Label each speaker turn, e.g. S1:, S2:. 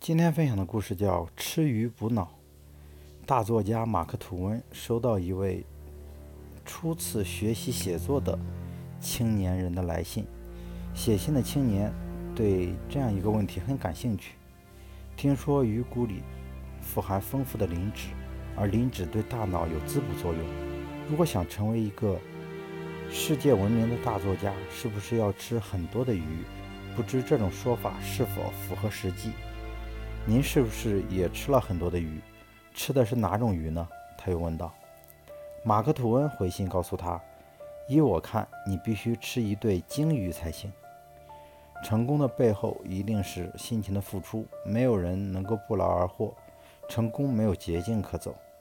S1: 今天分享的故事叫《吃鱼补脑》。大作家马克·吐温收到一位初次学习写作的青年人的来信。写信的青年对这样一个问题很感兴趣。听说鱼骨里富含丰富的磷脂，而磷脂对大脑有滋补作用。如果想成为一个世界闻名的大作家，是不是要吃很多的鱼？不知这种说法是否符合实际？您是不是也吃了很多的鱼？吃的是哪种鱼呢？他又问道。马克·吐温回信告诉他，依我看，你必须吃一对鲸鱼才行。成功的背后一定是辛勤的付出，没有人能够不劳而获，成功没有捷径可走。